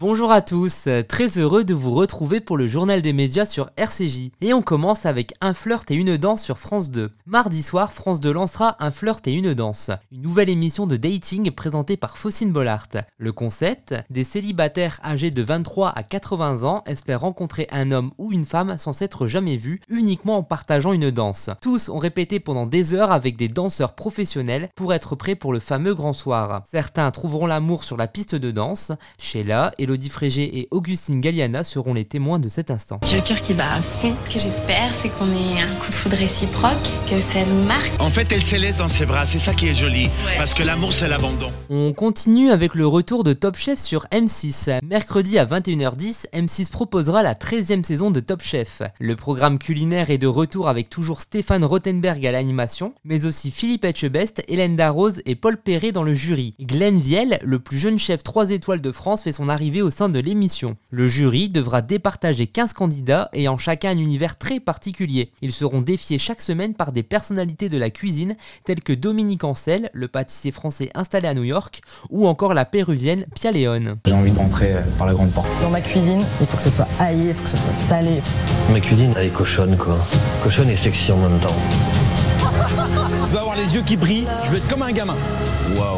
Bonjour à tous, très heureux de vous retrouver pour le journal des médias sur RCJ. Et on commence avec Un flirt et une danse sur France 2. Mardi soir, France 2 lancera Un flirt et une danse, une nouvelle émission de dating présentée par Faucine Bollard. Le concept, des célibataires âgés de 23 à 80 ans espèrent rencontrer un homme ou une femme sans s'être jamais vus, uniquement en partageant une danse. Tous ont répété pendant des heures avec des danseurs professionnels pour être prêts pour le fameux grand soir. Certains trouveront l'amour sur la piste de danse. Sheila, Elodie Frégé et Augustine Galliana seront les témoins de cet instant. J'ai le cœur qui bat à fond. Ce que j'espère, c'est qu'on ait un coup de foudre réciproque, que ça nous marque. En fait, elle se laisse dans ses bras, c'est ça qui est joli, parce que l'amour, c'est l'abandon. On continue avec le retour de Top Chef sur M6. Mercredi à 21h10, M6 proposera la 13e saison de Top Chef. Le programme culinaire est de retour avec toujours Stéphane Rothenberg à l'animation, mais aussi Philippe Etchebest, Hélène Darroze et Paul Perret dans le jury. Glenn Viel, le plus jeune chef 3 étoiles de France, fait son arrivée au sein de l'émission. Le jury devra départager 15 candidats ayant chacun un univers très particulier. Ils seront défiés chaque semaine par des personnalités de la cuisine telles que Dominique Ancel, le pâtissier français installé à New York, ou encore la péruvienne Pia León. J'ai envie de rentrer par la grande porte. Dans ma cuisine, il faut que ce soit aillé, il faut que ce soit salé. Ma cuisine, elle est cochonne quoi. Cochonne et sexy en même temps. Je veux avoir les yeux qui brillent, je veux être comme un gamin. Waouh.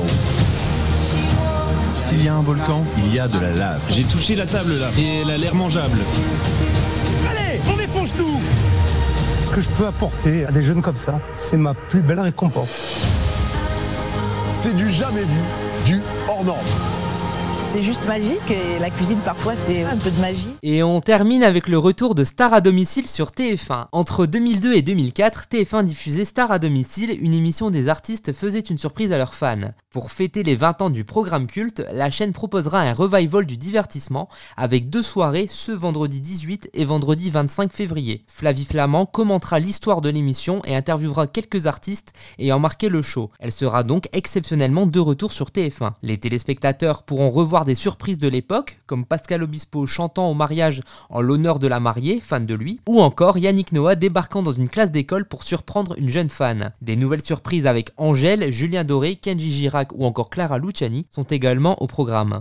S'il y a un volcan, il y a de la lave. J'ai touché la table là, et elle a l'air mangeable. Allez, on défonce tout. Ce que je peux apporter à des jeunes comme ça, c'est ma plus belle récompense. C'est du jamais vu, du hors norme. C'est juste magique et la cuisine parfois c'est un peu de magie. Et on termine avec le retour de Star à domicile sur TF1. Entre 2002 et 2004, TF1 diffusait Star à domicile, une émission où des artistes faisaient une surprise à leurs fans. Pour fêter les 20 ans du programme culte, la chaîne proposera un revival du divertissement avec 2 soirées ce vendredi 18 et vendredi 25 février. Flavie Flament commentera l'histoire de l'émission et interviewera quelques artistes ayant marqué le show. Elle sera donc exceptionnellement de retour sur TF1. Les téléspectateurs pourront revoir des surprises de l'époque, comme Pascal Obispo chantant au mariage en l'honneur de la mariée, fan de lui, ou encore Yannick Noah débarquant dans une classe d'école pour surprendre une jeune fan. Des nouvelles surprises avec Angèle, Julien Doré, Kenji Girac ou encore Clara Luciani sont également au programme.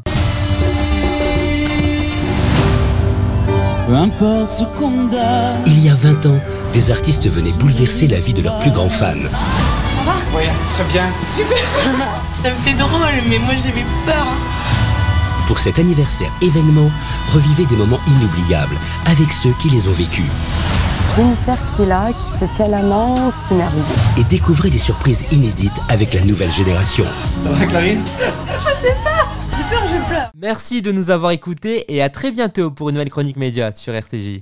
Peu importe ce qu'on donne. Il y a 20 ans, des artistes venaient bouleverser la vie de leurs plus grands fans. Ça va ? Oui, très bien. Super. Ça me fait drôle, mais moi j'avais peur. Pour cet anniversaire événement, revivez des moments inoubliables avec ceux qui les ont vécus. Jennifer qui est là, qui te tient la main, qui est merveilleuse. Et découvrez des surprises inédites avec la nouvelle génération. Ça va Clarisse ? Je sais pas. Super, je pleure. Merci de nous avoir écoutés et à très bientôt pour une nouvelle chronique média sur RCJ.